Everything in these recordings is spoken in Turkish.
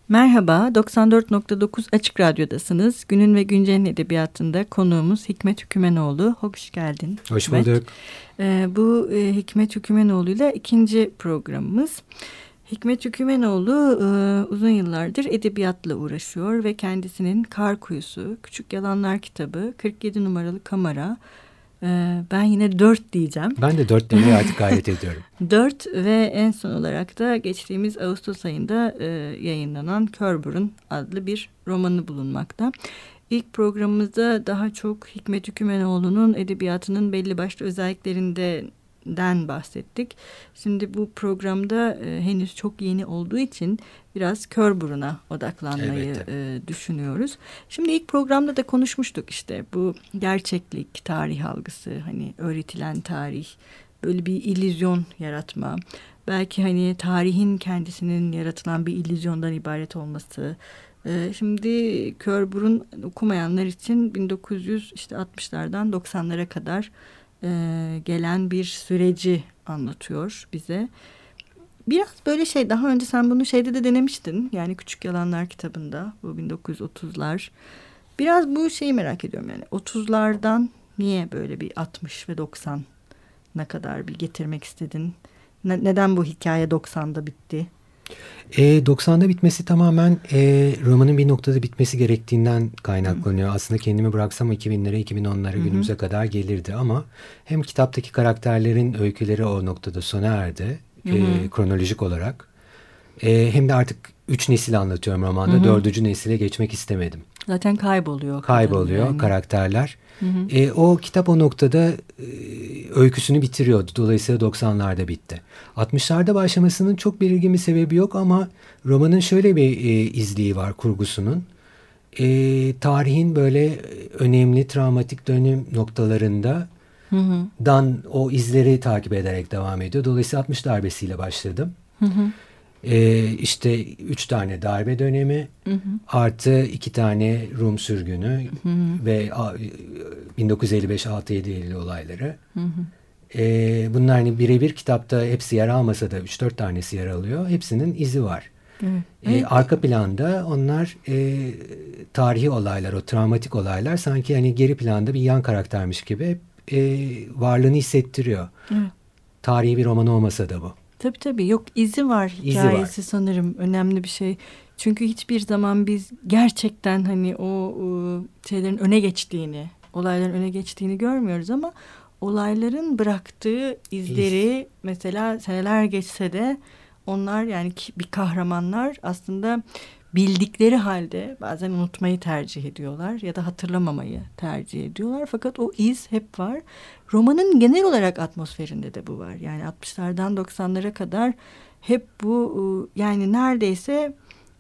Merhaba, 94.9 Açık Radyo'dasınız. Günün ve Güncel'in edebiyatında konuğumuz Hikmet Hükümenoğlu. Hoş geldin. Hoş bulduk. Bu Hikmet Hükümenoğlu'yla ikinci programımız. Hikmet Hükümenoğlu uzun yıllardır edebiyatla uğraşıyor ve kendisinin Kar Kuyusu, Küçük Yalanlar kitabı, 47 numaralı Kamera, ben yine 4 diyeceğim. Ben de 4 demeye artık gayret ediyorum. 4 ve en son olarak da geçtiğimiz Ağustos ayında yayınlanan Körburun adlı bir romanı bulunmakta. İlk programımızda daha çok Hikmet Hükümenoğlu'nun edebiyatının belli başlı özelliklerinden bahsettik. Şimdi bu programda henüz çok yeni olduğu için biraz Körburun'a odaklanmayı düşünüyoruz. Şimdi ilk programda da konuşmuştuk işte bu gerçeklik, tarih algısı, hani öğretilen tarih, böyle bir illüzyon yaratma, belki hani tarihin kendisinin yaratılan bir illüzyondan ibaret olması. Şimdi Körburun okumayanlar için 1960'lardan 90'lara kadar gelen bir süreci anlatıyor bize. Biraz böyle daha önce sen bunu şeyde de denemiştin. Yani Küçük Yalanlar kitabında, bu 1930'lar. Biraz bu şeyi merak ediyorum, yani 30'lardan niye böyle bir 60 ve 90'a kadar bir getirmek istedin? Neden bu hikaye 90'da bitti? 90'da bitmesi tamamen romanın bir noktada bitmesi gerektiğinden kaynaklanıyor. Aslında kendimi bıraksam 2000'lere, 2010'lara günümüze kadar gelirdi ama hem kitaptaki karakterlerin öyküleri o noktada sona erdi kronolojik olarak. Hem de artık 3 nesil anlatıyorum romanda. 4. nesile geçmek istemedim. Zaten kayboluyor yani. Karakterler. O kitap o noktada öyküsünü bitiriyordu. Dolayısıyla 90'larda bitti. 60'larda başlamasının çok belirgin bir sebebi yok ama romanın şöyle bir izliği var kurgusunun. Tarihin böyle önemli travmatik dönüm noktalarında o izleri takip ederek devam ediyor. Dolayısıyla 60 darbesiyle başladım. İşte 3 tane darbe dönemi artı 2 tane Rum sürgünü ve 1955 6-7 Eylül olayları. Bunlar hani birebir kitapta hepsi yer almasa da 3-4 tanesi yer alıyor. Hepsinin izi var. Arka planda onlar tarihi olaylar, o travmatik olaylar sanki hani geri planda bir yan karaktermiş gibi varlığını hissettiriyor. Tarihi bir roman olmasa da bu. Tabii yok, izi var hikayesi sanırım önemli bir şey. Çünkü hiçbir zaman biz gerçekten hani o şeylerin öne geçtiğini, olayların öne geçtiğini görmüyoruz ama olayların bıraktığı izleri mesela seneler geçse de onlar, yani bir kahramanlar aslında bildikleri halde bazen unutmayı tercih ediyorlar ya da hatırlamamayı tercih ediyorlar. Fakat o iz hep var. Romanın genel olarak atmosferinde de bu var. Yani 60'lardan 90'lara kadar hep bu, yani neredeyse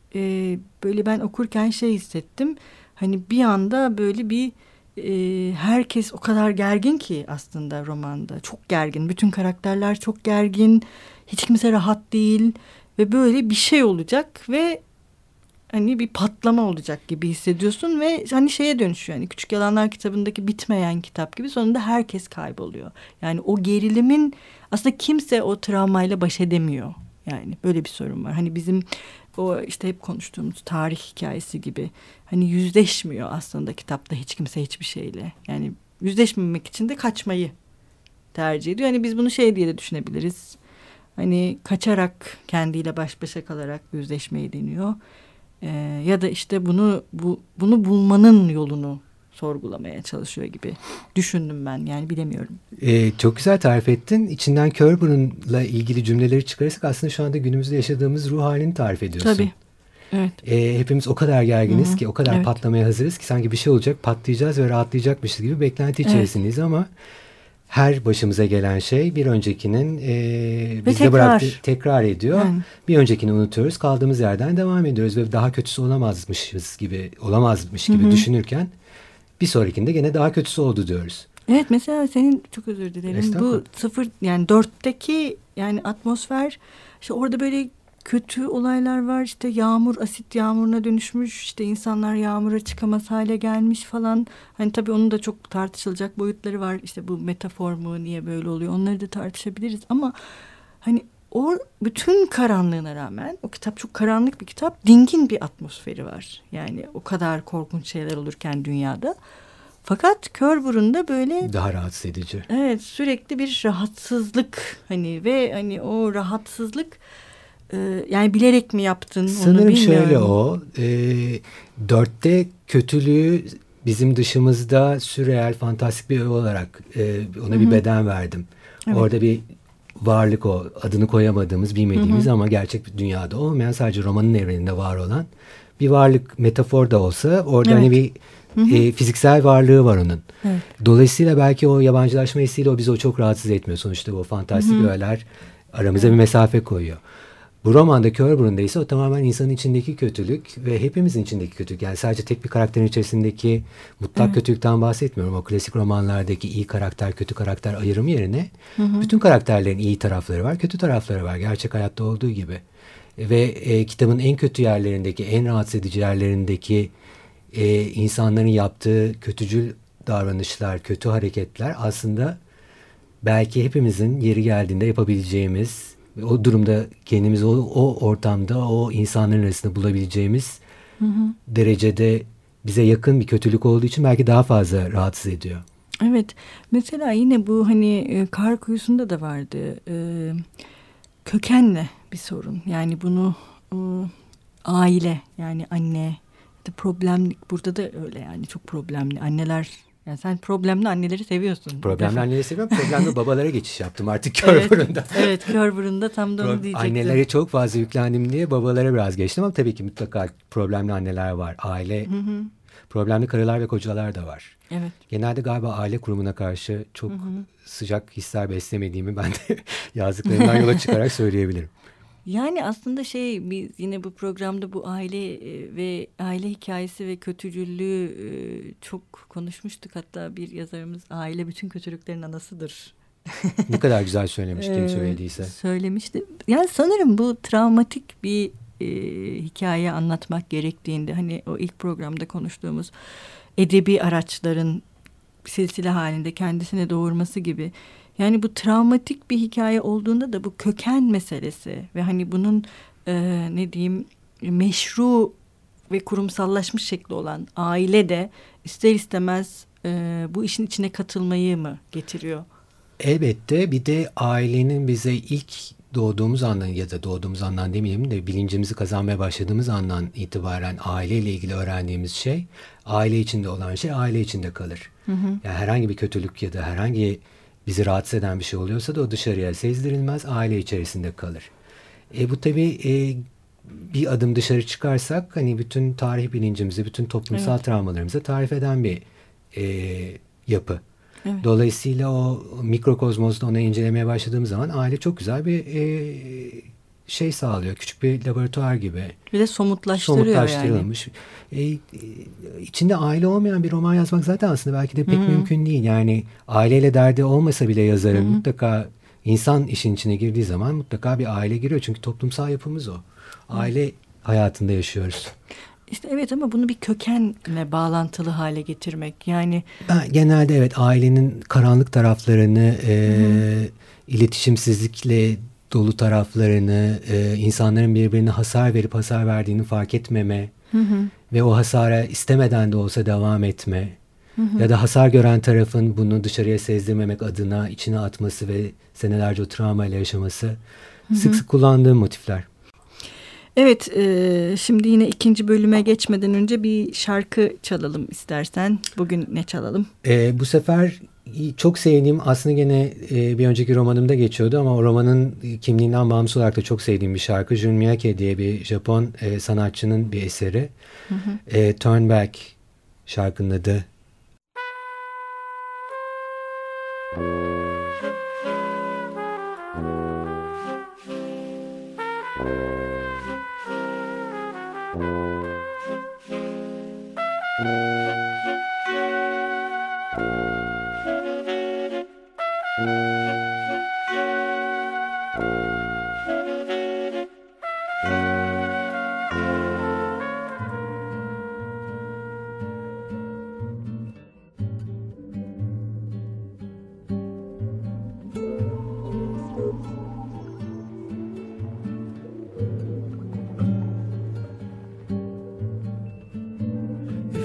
böyle ben okurken hissettim. Hani bir anda böyle bir herkes o kadar gergin ki aslında romanda. Çok gergin. Bütün karakterler çok gergin. Hiç kimse rahat değil. Ve böyle bir şey olacak ve hani bir patlama olacak gibi hissediyorsun ve hani dönüşüyor. Yani Küçük Yalanlar kitabındaki bitmeyen kitap gibi sonunda herkes kayboluyor. Yani o gerilimin aslında kimse o travmayla baş edemiyor. Yani böyle bir sorun var. Hani bizim o işte hep konuştuğumuz tarih hikayesi gibi hani yüzleşmiyor aslında kitapta hiç kimse hiçbir şeyle. Yani yüzleşmemek için de kaçmayı tercih ediyor. Hani biz bunu diye de düşünebiliriz. Hani kaçarak, kendiyle baş başa kalarak yüzleşmeyi deniyor. Ya da işte bunu bulmanın yolunu sorgulamaya çalışıyor gibi düşündüm ben. Yani bilemiyorum. Çok güzel tarif ettin. İçinden Körburun'la ilgili cümleleri çıkarırsak aslında şu anda günümüzde yaşadığımız ruh halini tarif ediyorsun. Tabii. Evet. Hepimiz o kadar gerginiz ki, o kadar patlamaya hazırız ki sanki bir şey olacak, patlayacağız ve rahatlayacakmışız gibi beklenti içerisindeyiz ama her başımıza gelen şey bir öncekinin bizde bıraktığı tekrar ediyor. Yani. Bir öncekini unutuyoruz, kaldığımız yerden devam ediyoruz ve daha kötüsü olamazmış gibi düşünürken bir sonrakinde gene daha kötüsü oldu diyoruz. Evet, mesela senin, çok özür dilerim, bu 4'teki yani atmosfer, işte orada böyle kötü olaylar var, işte yağmur asit yağmuruna dönüşmüş, işte insanlar yağmura çıkamaz hale gelmiş falan. Hani tabii onun da çok tartışılacak boyutları var, işte bu metafor mu, niye böyle oluyor, onları da tartışabiliriz ama hani o bütün karanlığına rağmen, o kitap çok karanlık bir kitap, dingin bir atmosferi var. Yani o kadar korkunç şeyler olurken dünyada. Fakat Kör Burun'da böyle daha rahatsız edici. Evet, sürekli bir rahatsızlık hani ve hani o rahatsızlık yani bilerek mi yaptın sanırım onu bilmiyorum. Şöyle o 4'te kötülüğü bizim dışımızda sürreel, fantastik bir olarak ona bir beden verdim. Evet. Orada bir varlık, o adını koyamadığımız, bilmediğimiz ama gerçek bir dünyada olmayan, sadece romanın evreninde var olan bir varlık, metafor da olsa orada hani bir fiziksel varlığı var onun. Evet. Dolayısıyla belki o yabancılaşma hissiyle o bizi çok rahatsız etmiyor. Sonuçta bu fantastik öğeler aramıza bir mesafe koyuyor. Bu romanda Kör Burun'da ise o tamamen insanın içindeki kötülük ve hepimizin içindeki kötülük. Yani sadece tek bir karakterin içerisindeki mutlak kötülükten bahsetmiyorum. O klasik romanlardaki iyi karakter, kötü karakter ayrımı yerine bütün karakterlerin iyi tarafları var, kötü tarafları var. Gerçek hayatta olduğu gibi. Ve kitabın en kötü yerlerindeki, en rahatsız edici yerlerindeki insanların yaptığı kötücül davranışlar, kötü hareketler aslında belki hepimizin yeri geldiğinde yapabileceğimiz, o durumda kendimizi o ortamda, o insanların arasında bulabileceğimiz derecede bize yakın bir kötülük olduğu için belki daha fazla rahatsız ediyor. Evet. Mesela yine bu hani Kar Kuyusu'nda da vardı. Kökenle bir sorun. Yani bunu aile, yani anne, problemlik, burada da öyle yani, çok problemli anneler. Yani sen problemli anneleri seviyorsun. Problemli anneleri seviyorum. Problemli babalara geçiş yaptım artık Kör Burun'da. Evet, Kör Burun'da tam da onu diyecektim. Annelere çok fazla yüklendim diye babalara biraz geçtim ama tabii ki mutlaka problemli anneler var. Aile, problemli karılar ve kocalar da var. Evet. Genelde galiba aile kurumuna karşı çok sıcak hisler beslemediğimi ben de yazdıklarımdan yola çıkarak söyleyebilirim. Yani aslında biz yine bu programda bu aile ve aile hikayesi ve kötücüllüğü çok konuşmuştuk. Hatta bir yazarımız aile bütün kötülüklerin anasıdır. Ne kadar güzel söylemiş, kim söylediyse. Söylemişti. Yani sanırım bu travmatik bir hikaye anlatmak gerektiğinde, hani o ilk programda konuştuğumuz edebi araçların silsile halinde kendisine doğurması gibi. Yani bu travmatik bir hikaye olduğunda da bu köken meselesi ve hani bunun ne diyeyim, meşru ve kurumsallaşmış şekli olan aile de ister istemez bu işin içine katılmayı mı getiriyor? Elbette. Bir de ailenin bize ilk doğduğumuz andan, ya da doğduğumuz andan demeyelim de bilincimizi kazanmaya başladığımız andan itibaren aileyle ilgili öğrendiğimiz şey, aile içinde olan şey aile içinde kalır. Yani herhangi bir kötülük ya da herhangi bizi rahatsız eden bir şey oluyorsa da o dışarıya sezdirilmez, aile içerisinde kalır. Bu tabii bir adım dışarı çıkarsak hani bütün tarih bilincimizi, bütün toplumsal travmalarımızı tarif eden bir yapı. Evet. Dolayısıyla o mikrokozmosda onu incelemeye başladığımız zaman aile çok güzel bir şey sağlıyor. Küçük bir laboratuvar gibi. Bir de somutlaştırılmış. Yani. İçinde aile olmayan bir roman yazmak zaten aslında belki de pek mümkün değil. Yani aileyle derdi olmasa bile yazarın mutlaka, insan işin içine girdiği zaman mutlaka bir aile giriyor. Çünkü toplumsal yapımız o. Aile hayatında yaşıyoruz. İşte evet, ama bunu bir kökenle bağlantılı hale getirmek. Yani ben genelde evet, ailenin karanlık taraflarını, iletişimsizlikle dolu taraflarını, insanların birbirine hasar verip hasar verdiğini fark etmeme ve o hasara istemeden de olsa devam etme ya da hasar gören tarafın bunu dışarıya sezdirmemek adına içine atması ve senelerce o travmayla yaşaması sık sık kullandığım motifler. Evet, şimdi yine ikinci bölüme geçmeden önce bir şarkı çalalım istersen. Bugün ne çalalım? Bu sefer çok sevdiğim, aslında gene bir önceki romanımda geçiyordu ama o romanın kimliğinden bağımsız olarak da çok sevdiğim bir şarkı. Jun Miyake diye bir Japon sanatçının bir eseri. Turn Back şarkının adı.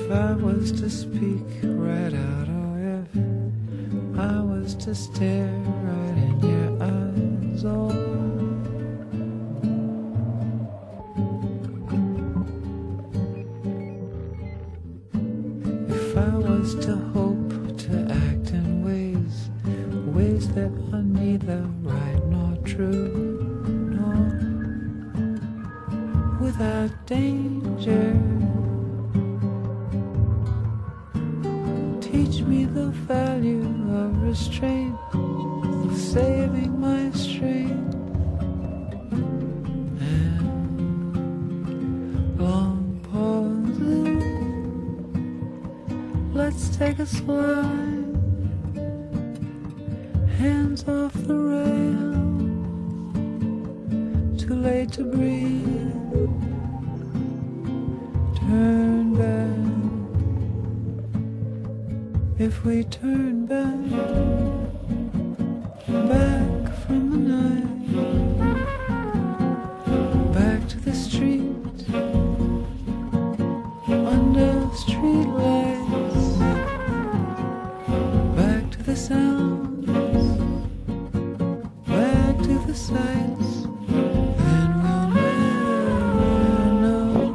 If I was to speak right out, or if I was to stare right in your eyes, or if I was to hope to act in ways that are neither right nor true, nor without danger, teach me the value of restraint, of saving my strength, and long pauses. Let's take a slide, hands off the rail, too late to breathe, turn back. If we turn back, back from the night, back to the street, under street lights, back to the sounds, back to the sights, then we'll never know.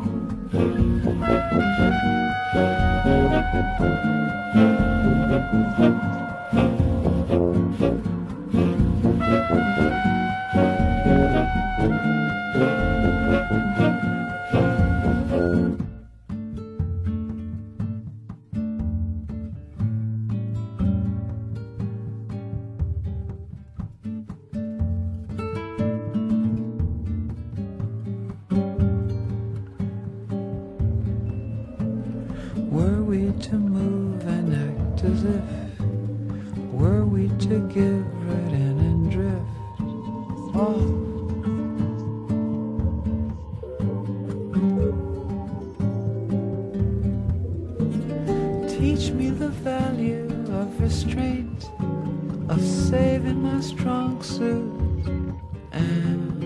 Were we to move and act as if, were we to give right in and drift off, teach me the value of restraint, of saving my strong suit, and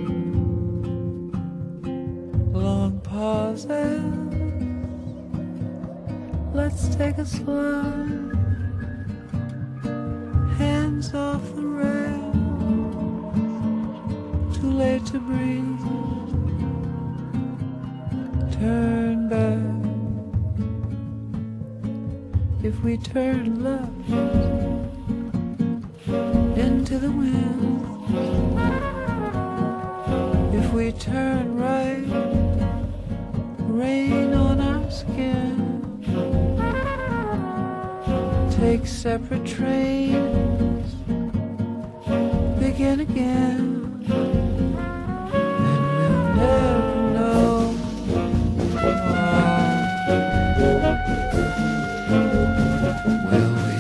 long pauses. Let's take a slide, hands off the rail, too late to breathe, turn back. If we turn left into the wind, if we turn right, rain on our skin. Take separate trains, begin again, and we'll never know. Will we?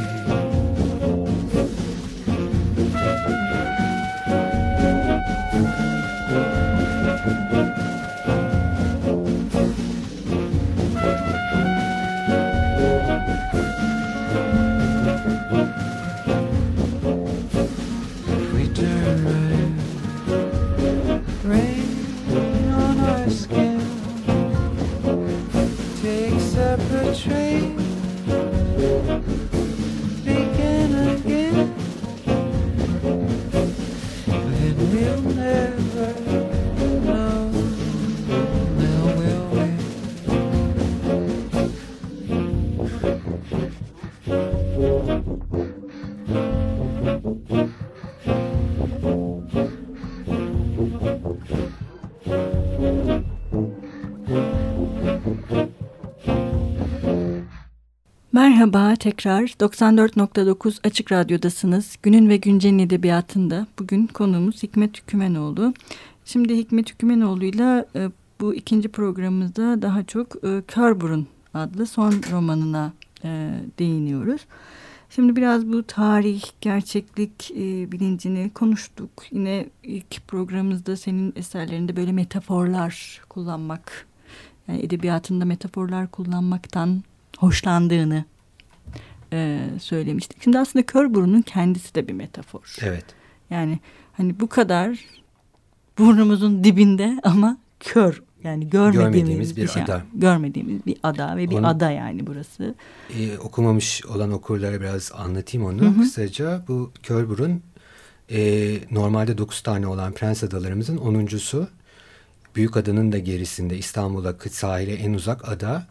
Merhaba tekrar 94.9 Açık Radyo'dasınız. Günün ve Güncel'in edebiyatında bugün konuğumuz Hikmet Hükümenoğlu. Şimdi Hikmet Hükümenoğlu'yla bu ikinci programımızda daha çok Kör Burun adlı son romanına değiniyoruz. Şimdi biraz bu tarih, gerçeklik bilincini konuştuk. Yine ilk programımızda senin eserlerinde böyle metaforlar kullanmak, yani edebiyatında metaforlar kullanmaktan hoşlandığını söylemiştik. Şimdi aslında kör burunun kendisi de bir metafor. Evet. Yani hani bu kadar burnumuzun dibinde ama kör Yani görmediğimiz bir ada. Görmediğimiz bir ada ve bir ada yani burası. Okumamış olan okurlara biraz anlatayım onu kısaca. Bu Kölburun normalde 9 tane olan Prens Adalarımızın 10'uncusu. Büyük adanın da gerisinde İstanbul'a sahile en uzak ada.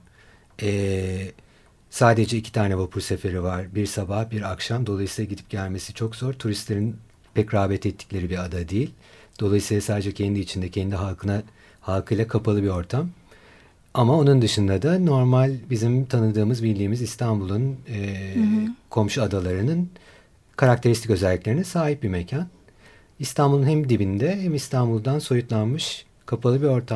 Sadece 2 tane vapur seferi var. Bir sabah bir akşam. Dolayısıyla gidip gelmesi çok zor. Turistlerin pek rağbet ettikleri bir ada değil. Dolayısıyla sadece kendi içinde kendi halkıyla kapalı bir ortam. Ama onun dışında da normal bizim tanıdığımız bildiğimiz İstanbul'un komşu adalarının karakteristik özelliklerine sahip bir mekan. İstanbul'un hem dibinde hem İstanbul'dan soyutlanmış kapalı bir ortam.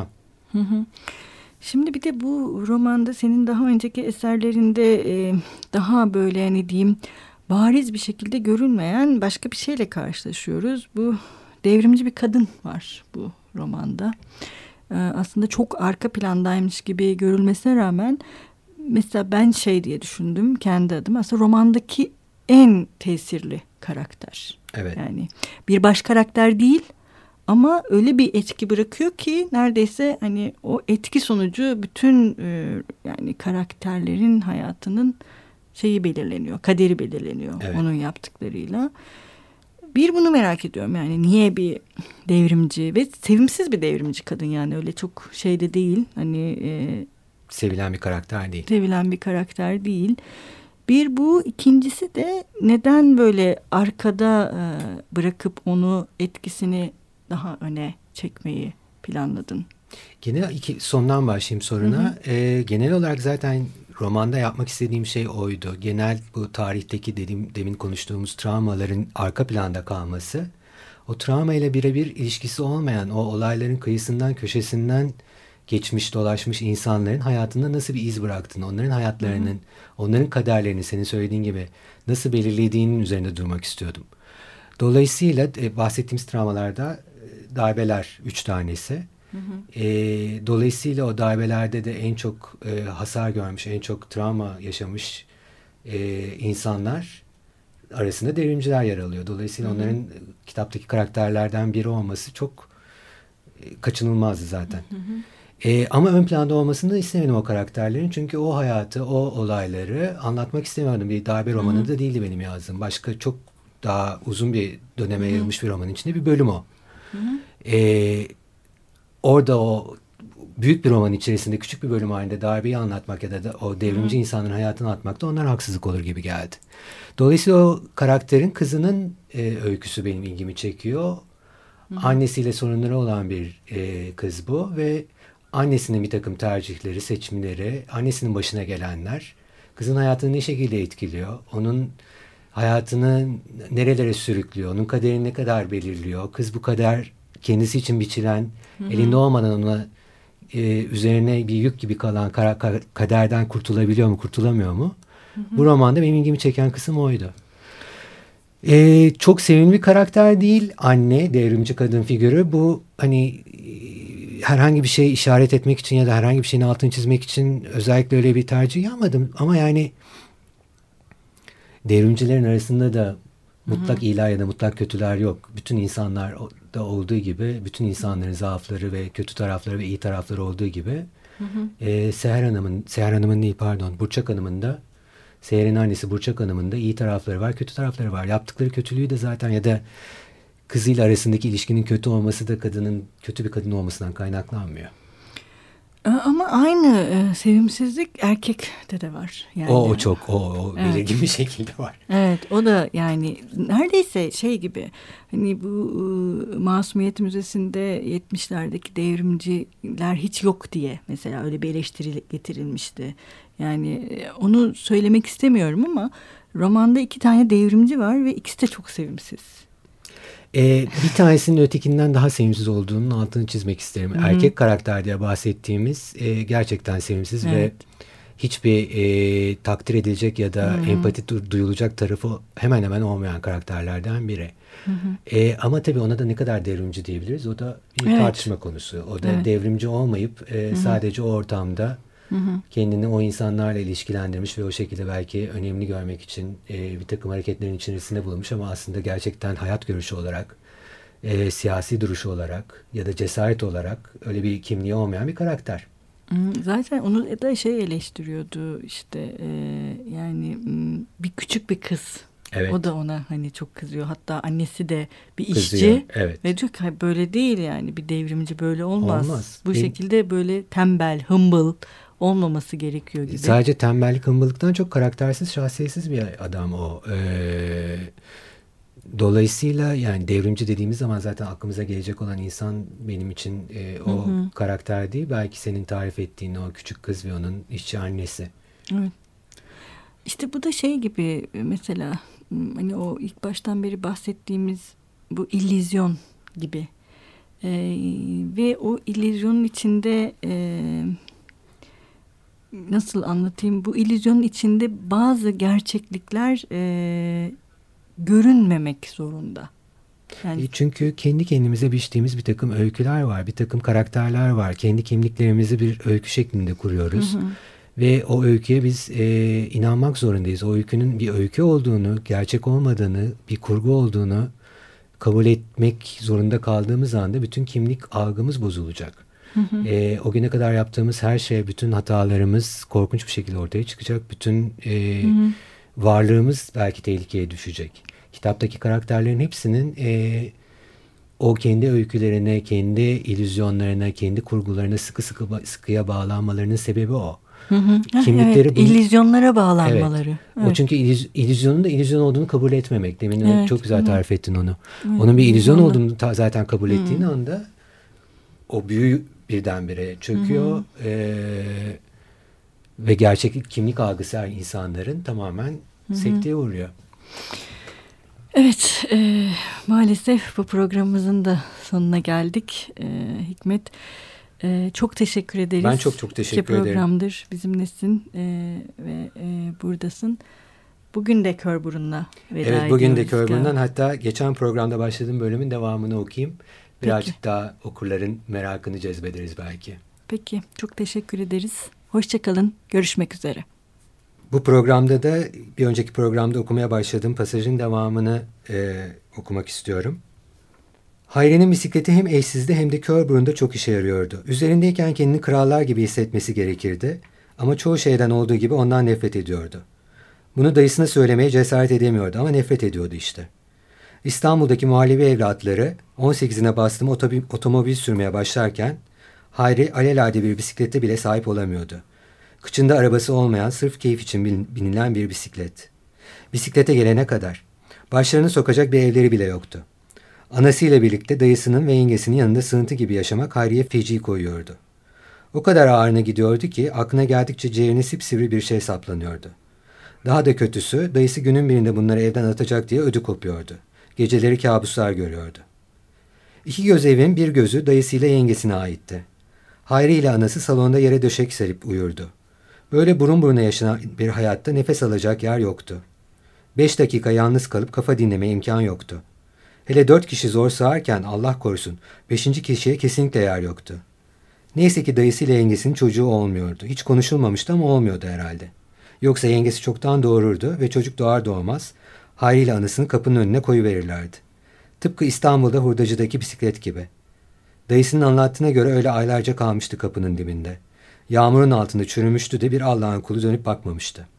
Şimdi bir de bu romanda senin daha önceki eserlerinde daha böyle ne diyeyim bariz bir şekilde görünmeyen başka bir şeyle karşılaşıyoruz. Bu devrimci bir kadın var bu romanda. Aslında çok arka plandaymış gibi görülmesine rağmen mesela ben diye düşündüm kendi adıma. Aslında romandaki en tesirli karakter. Evet. Yani bir baş karakter değil ama öyle bir etki bırakıyor ki neredeyse hani o etki sonucu bütün yani karakterlerin hayatının belirleniyor, kaderi belirleniyor onun yaptıklarıyla. Bunu merak ediyorum yani niye bir devrimci ve sevimsiz bir devrimci kadın yani öyle çok de değil hani sevilen bir karakter değil. Sevilen bir karakter değil. Bu ikincisi de neden böyle arkada bırakıp onu etkisini daha öne çekmeyi planladın? Gene sondan başlayayım soruna. Genel olarak zaten romanda yapmak istediğim şey oydu. Genel bu tarihteki demin konuştuğumuz travmaların arka planda kalması. O travma ile birebir ilişkisi olmayan o olayların kıyısından köşesinden geçmiş dolaşmış insanların hayatında nasıl bir iz bıraktığını, onların hayatlarının, onların kaderlerini senin söylediğin gibi nasıl belirlediğinin üzerinde durmak istiyordum. Dolayısıyla bahsettiğimiz travmalarda darbeler 3 tanesi. Dolayısıyla o darbelerde de en çok hasar görmüş, en çok travma yaşamış insanlar arasında devrimciler yer alıyor. Dolayısıyla onların kitaptaki karakterlerden biri olması çok kaçınılmazdı zaten. Ama ön planda olmasını da istemedim o karakterlerin. Çünkü o hayatı, o olayları anlatmak istemiyordum. Bir darbe romanı da değildi benim yazdığım. Başka çok daha uzun bir döneme yayılmış bir romanın içinde bir bölüm o. Orada o büyük bir roman içerisinde küçük bir bölüm halinde darbeyi anlatmak ya da o devrimci insanın hayatını anlatmak da onlar haksızlık olur gibi geldi. Dolayısıyla o karakterin kızının öyküsü benim ilgimi çekiyor. Annesiyle sorunları olan bir kız bu ve annesinin bir takım tercihleri, seçimleri, annesinin başına gelenler kızın hayatını ne şekilde etkiliyor? Onun hayatını nerelere sürüklüyor? Onun kaderini ne kadar belirliyor? Kız bu kader kendisi için biçilen, elinde olmadan ona üzerine bir yük gibi kalan kaderden kurtulabiliyor mu, kurtulamıyor mu? Bu romanda benim ilgimi çeken kısım oydu. Çok sevimli bir karakter değil anne, devrimci kadın figürü. Bu hani herhangi bir şey işaret etmek için ya da herhangi bir şeyin altını çizmek için özellikle öyle bir tercih yapmadım. Ama yani devrimcilerin arasında da mutlak iyiler ya da mutlak kötüler yok. Bütün insanlar da olduğu gibi, bütün insanların zaafları ve kötü tarafları ve iyi tarafları olduğu gibi Seher Hanım'ın değil pardon, Burçak Hanım'ın da Seher'in annesi Burçak Hanım'ın da iyi tarafları var, kötü tarafları var. Yaptıkları kötülüğü de zaten ya da kızıyla arasındaki ilişkinin kötü olması da kadının kötü bir kadın olmasından kaynaklanmıyor. Ama aynı sevimsizlik erkekte de var. Yani. O çok belirgin bir şekilde var. Evet, o da yani neredeyse gibi hani bu Masumiyet Müzesi'nde 70'lerdeki devrimciler hiç yok diye mesela öyle bir eleştiri getirilmişti. Yani onu söylemek istemiyorum ama romanda 2 tane devrimci var ve ikisi de çok sevimsiz. Bir tanesinin ötekinden daha sevimsiz olduğunun altını çizmek isterim. Erkek karakter diye bahsettiğimiz gerçekten sevimsiz ve hiçbir takdir edilecek ya da empati duyulacak tarafı hemen hemen olmayan karakterlerden biri. Ama tabii ona da ne kadar devrimci diyebiliriz o da bir tartışma konusu. O da devrimci olmayıp sadece o ortamda kendini o insanlarla ilişkilendirmiş ve o şekilde belki önemli görmek için bir takım hareketlerin içerisinde bulunmuş ama aslında gerçekten hayat görüşü olarak siyasi duruşu olarak ya da cesaret olarak öyle bir kimliği olmayan bir karakter. Zaten onu da eleştiriyordu işte yani bir küçük bir kız. Evet. O da ona hani çok kızıyor. Hatta annesi de bir kızıyor, işçi. evet. Ve diyor ki böyle değil yani bir devrimci böyle olmaz. Bu Benim... şekilde böyle tembel, humble olmaması gerekiyor gibi. Sadece tembellik, hımbılıktan çok karaktersiz, şahsiyetsiz bir adam o. Dolayısıyla yani devrimci dediğimiz zaman zaten aklımıza gelecek olan insan benim için o karakter değil. Belki senin tarif ettiğin o küçük kız ve onun işçi annesi. Evet. İşte bu da şey gibi mesela hani o ilk baştan beri bahsettiğimiz bu illüzyon gibi. Ve o illüzyonun içinde nasıl anlatayım? Bu illüzyonun içinde bazı gerçeklikler görünmemek zorunda. Yani... Çünkü kendi kendimize biçtiğimiz bir takım öyküler var, bir takım karakterler var. Kendi kimliklerimizi bir öykü şeklinde kuruyoruz. Ve o öyküye biz inanmak zorundayız. O öykünün bir öykü olduğunu, gerçek olmadığını, bir kurgu olduğunu kabul etmek zorunda kaldığımız anda bütün kimlik algımız bozulacak. O güne kadar yaptığımız her şey, bütün hatalarımız korkunç bir şekilde ortaya çıkacak. Bütün varlığımız belki tehlikeye düşecek. Kitaptaki karakterlerin hepsinin o kendi öykülerine, kendi illüzyonlarına, kendi kurgularına sıkıya bağlanmalarının sebebi o. Kimlikleri evet, illüzyonlara bağlanmaları. Evet. Evet. O çünkü illüzyonun da illüzyon olduğunu kabul etmemek. Demin çok güzel tarif ettin onu. Onun bir illüzyon olduğunu zaten kabul ettiğin anda o büyü birdenbire çöküyor ve gerçeklik kimlik algısı insanların tamamen sekteye uğruyor. Evet, maalesef bu programımızın da sonuna geldik. Hikmet, çok teşekkür ederiz. Ben çok teşekkür ederim. Programdır bizimlesin ve buradasın. Bugün de Körburun'la veda ediyoruz. Evet, bugün de Körburun'dan. Hatta geçen programda başladığım bölümün devamını okuyayım. Birazcık daha okurların merakını cezbederiz belki. Peki, çok teşekkür ederiz. Hoşçakalın, görüşmek üzere. Bu programda da bir önceki programda okumaya başladığım pasajın devamını okumak istiyorum. Hayri'nin bisikleti hem eşsizde hem de Körburun'da çok işe yarıyordu. Üzerindeyken kendini krallar gibi hissetmesi gerekirdi ama çoğu şeyden olduğu gibi ondan nefret ediyordu. Bunu dayısına söylemeye cesaret edemiyordu ama nefret ediyordu işte. İstanbul'daki muhallebi evlatları 18'ine bastım otomobil sürmeye başlarken Hayri alelade bir bisiklete bile sahip olamıyordu. Kıçında arabası olmayan sırf keyif için binilen bir bisiklet. Bisiklete gelene kadar. Başlarını sokacak bir evleri bile yoktu. Anasıyla birlikte dayısının ve yengesinin yanında sığıntı gibi yaşamak Hayri'ye feci koyuyordu. O kadar ağrına gidiyordu ki aklına geldikçe ciğerine sipsivri bir şey saplanıyordu. Daha da kötüsü dayısı günün birinde bunları evden atacak diye ödü kopuyordu. Geceleri kabuslar görüyordu. İki göz evin bir gözü dayısıyla yengesine aitti. Hayri ile anası salonda yere döşek serip uyurdu. Böyle burun buruna yaşanan bir hayatta nefes alacak yer yoktu. 5 dakika yalnız kalıp kafa dinlemeye imkan yoktu. Hele 4 kişi zor sığarken Allah korusun 5. kişiye kesinlikle yer yoktu. Neyse ki dayısıyla yengesinin çocuğu olmuyordu. Hiç konuşulmamıştı ama olmuyordu herhalde. Yoksa yengesi çoktan doğururdu ve çocuk doğar doğmaz Hayri ile anasını kapının önüne koyuverirlerdi. Tıpkı İstanbul'da hurdacıdaki bisiklet gibi. Dayısının anlattığına göre öyle aylarca kalmıştı kapının dibinde. Yağmurun altında çürümüştü de bir Allah'ın kulu dönüp bakmamıştı.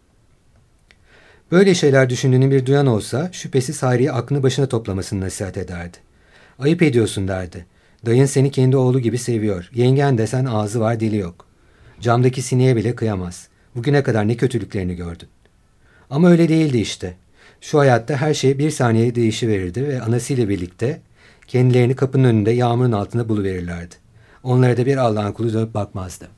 Böyle şeyler düşündüğünü bir duyan olsa şüphesiz Hayri'ye aklını başına toplamasını nasihat ederdi. Ayıp ediyorsun derdi. Dayın seni kendi oğlu gibi seviyor. Yengen desen ağzı var dili yok. Camdaki sineğe bile kıyamaz. Bugüne kadar ne kötülüklerini gördün. Ama öyle değildi işte. Şu hayatta her şey bir saniyede değişiverirdi ve anasıyla birlikte kendilerini kapının önünde yağmurun altında buluverirlerdi. Onlara da bir Allah'ın kulu dönüp bakmazdı.